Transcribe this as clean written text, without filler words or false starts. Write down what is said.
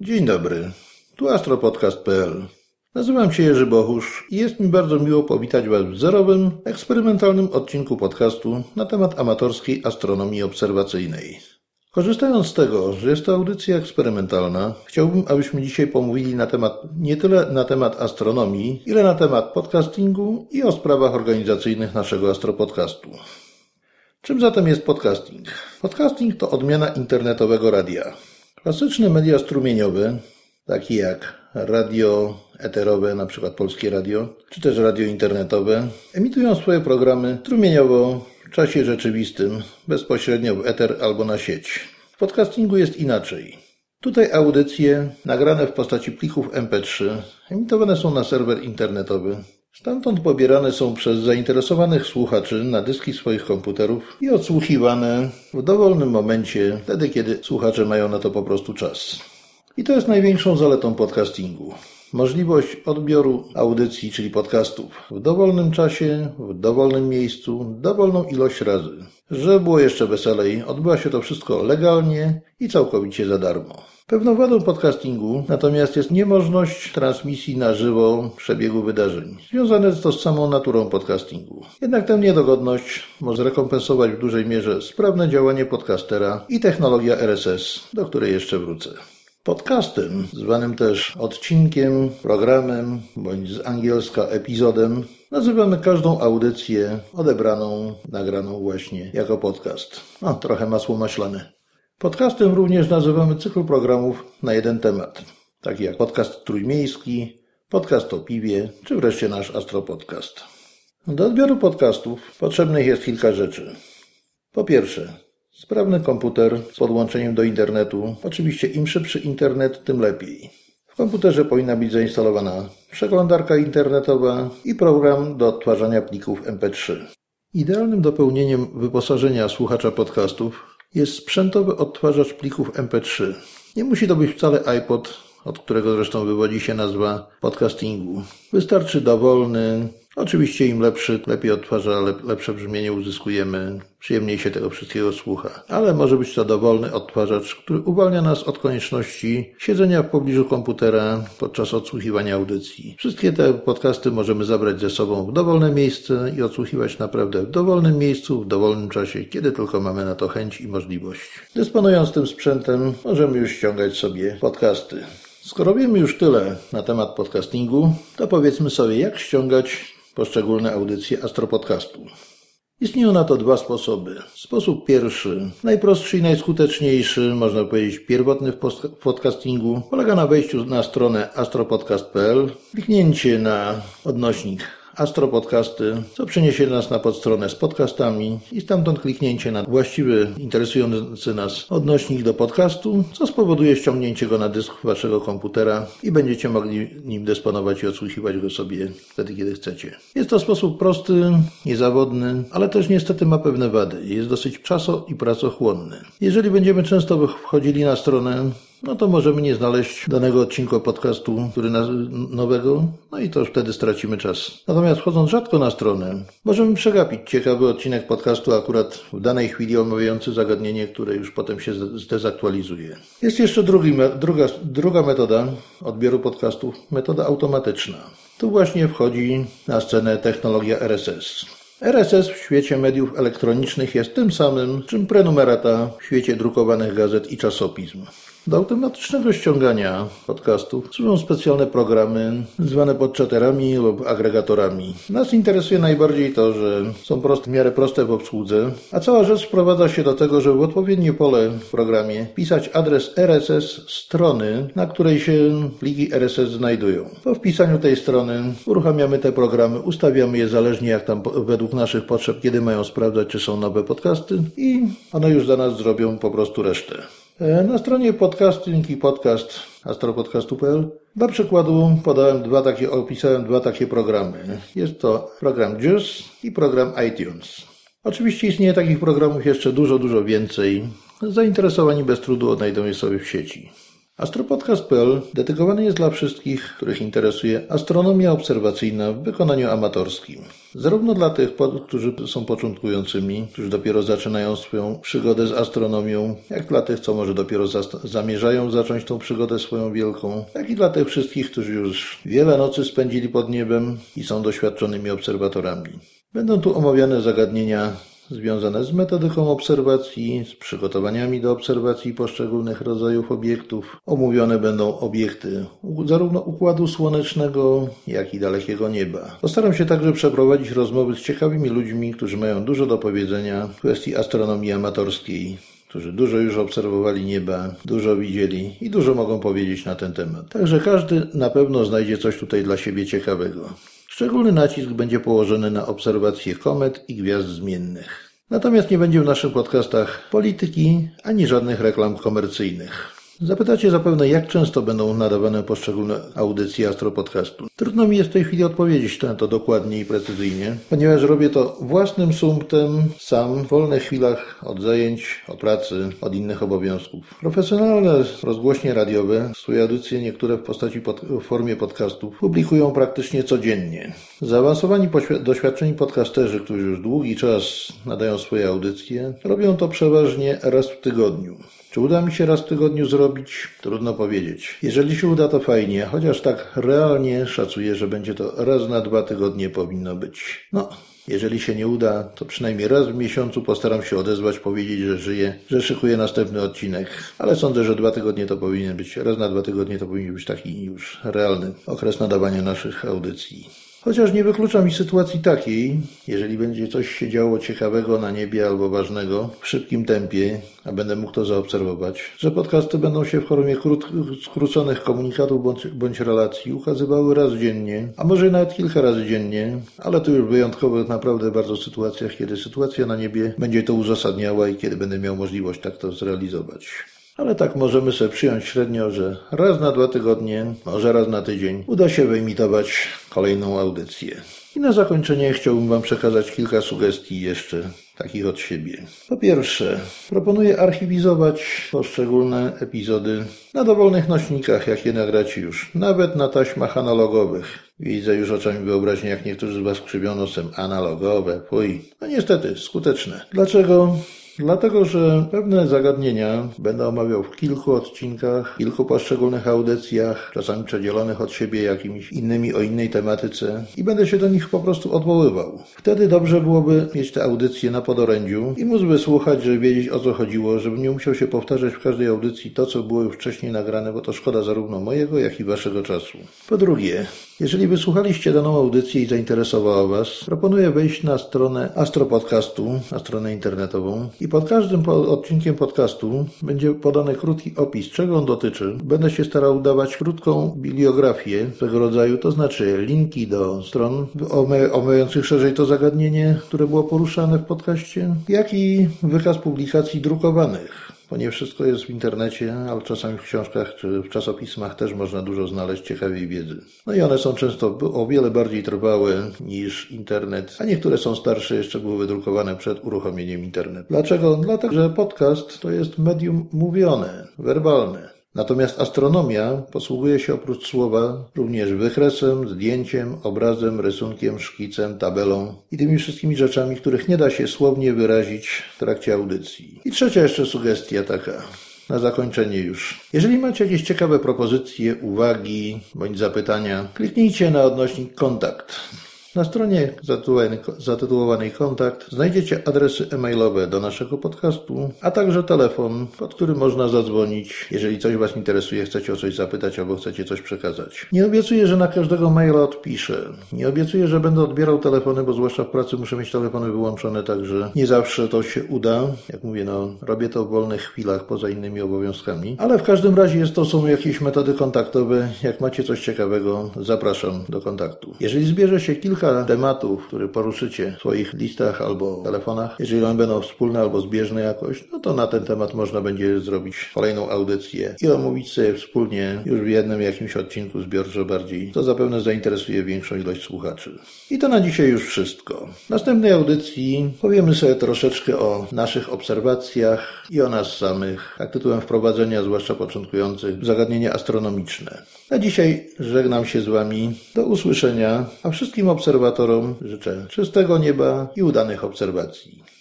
Dzień dobry, tu astropodcast.pl. Nazywam się Jerzy Bochusz i jest mi bardzo miło powitać Was w zerowym, eksperymentalnym odcinku podcastu na temat amatorskiej astronomii obserwacyjnej. Korzystając z tego, że jest to audycja eksperymentalna, chciałbym, abyśmy dzisiaj pomówili nie tyle na temat astronomii, ile na temat podcastingu i o sprawach organizacyjnych naszego astropodcastu. Czym zatem jest podcasting? Podcasting to odmiana internetowego radia. Klasyczne media strumieniowe, takie jak radio eterowe, np. Polskie Radio, czy też radio internetowe, emitują swoje programy strumieniowo w czasie rzeczywistym, bezpośrednio w eter albo na sieć. W podcastingu jest inaczej. Tutaj audycje, nagrane w postaci plików MP3, emitowane są na serwer internetowy. Stamtąd pobierane są przez zainteresowanych słuchaczy na dyski swoich komputerów i odsłuchiwane w dowolnym momencie, wtedy kiedy słuchacze mają na to po prostu czas. I to jest największą zaletą podcastingu. Możliwość odbioru audycji, czyli podcastów w dowolnym czasie, w dowolnym miejscu, dowolną ilość razy. Żeby było jeszcze weselej, odbywa się to wszystko legalnie i całkowicie za darmo. Pewną wadą podcastingu natomiast jest niemożność transmisji na żywo przebiegu wydarzeń. Związane jest to z samą naturą podcastingu. Jednak tę niedogodność może zrekompensować w dużej mierze sprawne działanie podcastera i technologia RSS, do której jeszcze wrócę. Podcastem, zwanym też odcinkiem, programem, bądź z angielska epizodem, nazywamy każdą audycję odebraną, nagraną właśnie jako podcast. Trochę masło maślane. Podcastem również nazywamy cykl programów na jeden temat, taki jak podcast trójmiejski, podcast o piwie, czy wreszcie nasz astropodcast. Do odbioru podcastów potrzebnych jest kilka rzeczy. Po pierwsze, sprawny komputer z podłączeniem do internetu. Oczywiście im szybszy internet, tym lepiej. W komputerze powinna być zainstalowana przeglądarka internetowa i program do odtwarzania plików MP3. Idealnym dopełnieniem wyposażenia słuchacza podcastów jest sprzętowy odtwarzacz plików MP3. Nie musi to być wcale iPod, od którego zresztą wywodzi się nazwa podcastingu. Wystarczy dowolny, oczywiście im lepszy, lepiej odtwarza, lepsze brzmienie uzyskujemy, przyjemniej się tego wszystkiego słucha. Ale może być to dowolny odtwarzacz, który uwalnia nas od konieczności siedzenia w pobliżu komputera podczas odsłuchiwania audycji. Wszystkie te podcasty możemy zabrać ze sobą w dowolne miejsce i odsłuchiwać naprawdę w dowolnym miejscu, w dowolnym czasie, kiedy tylko mamy na to chęć i możliwość. Dysponując tym sprzętem, możemy już ściągać sobie podcasty. Skoro wiemy już tyle na temat podcastingu, to powiedzmy sobie, jak ściągać poszczególne audycje astropodcastu. Istnieją na to dwa sposoby. Sposób pierwszy, najprostszy i najskuteczniejszy, można powiedzieć pierwotny w podcastingu, polega na wejściu na stronę astropodcast.pl, kliknięcie na odnośnik astropodcasty, co przeniesie nas na podstronę z podcastami i stamtąd kliknięcie na właściwy, interesujący nas odnośnik do podcastu, co spowoduje ściągnięcie go na dysk waszego komputera i będziecie mogli nim dysponować i odsłuchiwać go sobie wtedy, kiedy chcecie. Jest to sposób prosty, niezawodny, ale też niestety ma pewne wady. Jest dosyć czaso- i pracochłonny. Jeżeli będziemy często wchodzili na stronę, to możemy nie znaleźć danego odcinka podcastu, nowego, i to już wtedy stracimy czas. Natomiast wchodząc rzadko na stronę, możemy przegapić ciekawy odcinek podcastu akurat w danej chwili omawiający zagadnienie, które już potem się zdezaktualizuje. Jest jeszcze druga metoda odbioru podcastów, metoda automatyczna. Tu właśnie wchodzi na scenę technologia RSS. RSS w świecie mediów elektronicznych jest tym samym, czym prenumerata w świecie drukowanych gazet i czasopism. Do automatycznego ściągania podcastów służą specjalne programy zwane podchatterami lub agregatorami. Nas interesuje najbardziej to, że są w miarę proste w obsłudze, a cała rzecz sprowadza się do tego, żeby w odpowiednie pole w programie wpisać adres RSS strony, na której się pliki RSS znajdują. Po wpisaniu tej strony uruchamiamy te programy, ustawiamy je zależnie jak tam według naszych potrzeb, kiedy mają sprawdzać, czy są nowe podcasty i one już za nas zrobią po prostu resztę. Na stronie podcasting i podcast astropodcastu.pl dla przykładu opisałem dwa takie programy. Jest to program JUICE i program iTunes. Oczywiście istnieje takich programów jeszcze dużo więcej. Zainteresowani bez trudu odnajdą je sobie w sieci. Astropodcast.pl dedykowany jest dla wszystkich, których interesuje astronomia obserwacyjna w wykonaniu amatorskim. Zarówno dla tych, którzy są początkującymi, którzy dopiero zaczynają swoją przygodę z astronomią, jak dla tych, co może dopiero zamierzają zacząć tą przygodę swoją wielką, jak i dla tych wszystkich, którzy już wiele nocy spędzili pod niebem i są doświadczonymi obserwatorami. Będą tu omawiane zagadnienia związane z metodyką obserwacji, z przygotowaniami do obserwacji poszczególnych rodzajów obiektów. Omówione będą obiekty zarówno Układu Słonecznego, jak i dalekiego nieba. Postaram się także przeprowadzić rozmowy z ciekawymi ludźmi, którzy mają dużo do powiedzenia w kwestii astronomii amatorskiej, którzy dużo już obserwowali nieba, dużo widzieli i dużo mogą powiedzieć na ten temat. Także każdy na pewno znajdzie coś tutaj dla siebie ciekawego. Szczególny nacisk będzie położony na obserwację komet i gwiazd zmiennych. Natomiast nie będzie w naszych podcastach polityki ani żadnych reklam komercyjnych. Zapytacie zapewne, jak często będą nadawane poszczególne audycje Astropodcastu. Trudno mi jest w tej chwili odpowiedzieć na to dokładnie i precyzyjnie, ponieważ robię to własnym sumptem, sam, w wolnych chwilach od zajęć, od pracy, od innych obowiązków. Profesjonalne rozgłośnie radiowe swoje audycje, niektóre w formie podcastów, publikują praktycznie codziennie. Zaawansowani, doświadczeni podcasterzy, którzy już długi czas nadają swoje audycje, robią to przeważnie raz w tygodniu. Czy uda mi się raz w tygodniu zrobić? Trudno powiedzieć. Jeżeli się uda, to fajnie, chociaż tak realnie szacuję, że będzie to raz na 2 tygodnie powinno być. Jeżeli się nie uda, to przynajmniej raz w miesiącu postaram się odezwać, powiedzieć, że żyję, że szykuję następny odcinek. Ale sądzę, że 2 tygodnie to powinien być, raz na 2 tygodnie to powinien być taki już realny okres nadawania naszych audycji. Chociaż nie wykluczam i sytuacji takiej, jeżeli będzie coś się działo ciekawego na niebie albo ważnego w szybkim tempie, a będę mógł to zaobserwować, że podcasty będą się w formie skróconych komunikatów bądź relacji ukazywały raz dziennie, a może nawet kilka razy dziennie, ale to już w wyjątkowych naprawdę bardzo sytuacjach, kiedy sytuacja na niebie będzie to uzasadniała i kiedy będę miał możliwość tak to zrealizować. Ale tak możemy sobie przyjąć średnio, że raz na 2 tygodnie, może raz na tydzień uda się wyemitować kolejną audycję. I na zakończenie chciałbym Wam przekazać kilka sugestii jeszcze, takich od siebie. Po pierwsze, proponuję archiwizować poszczególne epizody na dowolnych nośnikach, jak je nagracie już, nawet na taśmach analogowych. Widzę już oczami wyobraźni, jak niektórzy z Was krzywią nosem. Analogowe, niestety, skuteczne. Dlaczego? Dlatego, że pewne zagadnienia będę omawiał w kilku odcinkach, kilku poszczególnych audycjach, czasami przedzielonych od siebie jakimiś innymi o innej tematyce i będę się do nich po prostu odwoływał. Wtedy dobrze byłoby mieć te audycje na podorędziu i móc wysłuchać, żeby wiedzieć, o co chodziło, żebym nie musiał się powtarzać w każdej audycji to, co było już wcześniej nagrane, bo to szkoda zarówno mojego, jak i Waszego czasu. Po drugie, jeżeli wysłuchaliście daną audycję i zainteresowała Was, proponuję wejść na stronę Astropodcastu, na stronę internetową i pod każdym odcinkiem podcastu będzie podany krótki opis, czego on dotyczy. Będę się starał dawać krótką bibliografię tego rodzaju, to znaczy linki do stron omawiających szerzej to zagadnienie, które było poruszane w podcaście, jak i wykaz publikacji drukowanych. Bo nie wszystko jest w internecie, ale czasami w książkach czy w czasopismach też można dużo znaleźć ciekawej wiedzy. I one są często o wiele bardziej trwałe niż internet, a niektóre są starsze, jeszcze były wydrukowane przed uruchomieniem internetu. Dlaczego? Dlatego, że podcast to jest medium mówione, werbalne. Natomiast astronomia posługuje się oprócz słowa również wykresem, zdjęciem, obrazem, rysunkiem, szkicem, tabelą i tymi wszystkimi rzeczami, których nie da się słownie wyrazić w trakcie audycji. I trzecia jeszcze sugestia taka, na zakończenie już. Jeżeli macie jakieś ciekawe propozycje, uwagi bądź zapytania, kliknijcie na odnośnik kontakt. Na stronie zatytułowanej Kontakt znajdziecie adresy e-mailowe do naszego podcastu, a także telefon, pod który można zadzwonić, jeżeli coś Was interesuje, chcecie o coś zapytać albo chcecie coś przekazać. Nie obiecuję, że na każdego maila odpiszę. Nie obiecuję, że będę odbierał telefony, bo zwłaszcza w pracy muszę mieć telefony wyłączone, także nie zawsze to się uda. Jak mówię, robię to w wolnych chwilach poza innymi obowiązkami, ale w każdym razie to są jakieś metody kontaktowe. Jak macie coś ciekawego, zapraszam do kontaktu. Jeżeli zbierze się kilka kilka tematów, które poruszycie w swoich listach albo telefonach, jeżeli one będą wspólne albo zbieżne jakoś, no to na ten temat można będzie zrobić kolejną audycję i omówić sobie wspólnie już w jednym jakimś odcinku zbiorczo bardziej, co zapewne zainteresuje większą ilość słuchaczy. I to na dzisiaj już wszystko. W następnej audycji powiemy sobie troszeczkę o naszych obserwacjach i o nas samych, tak tytułem wprowadzenia, zwłaszcza początkujących, w zagadnienia astronomiczne. Na dzisiaj żegnam się z Wami. Do usłyszenia, a wszystkim obserwatorom życzę czystego nieba i udanych obserwacji.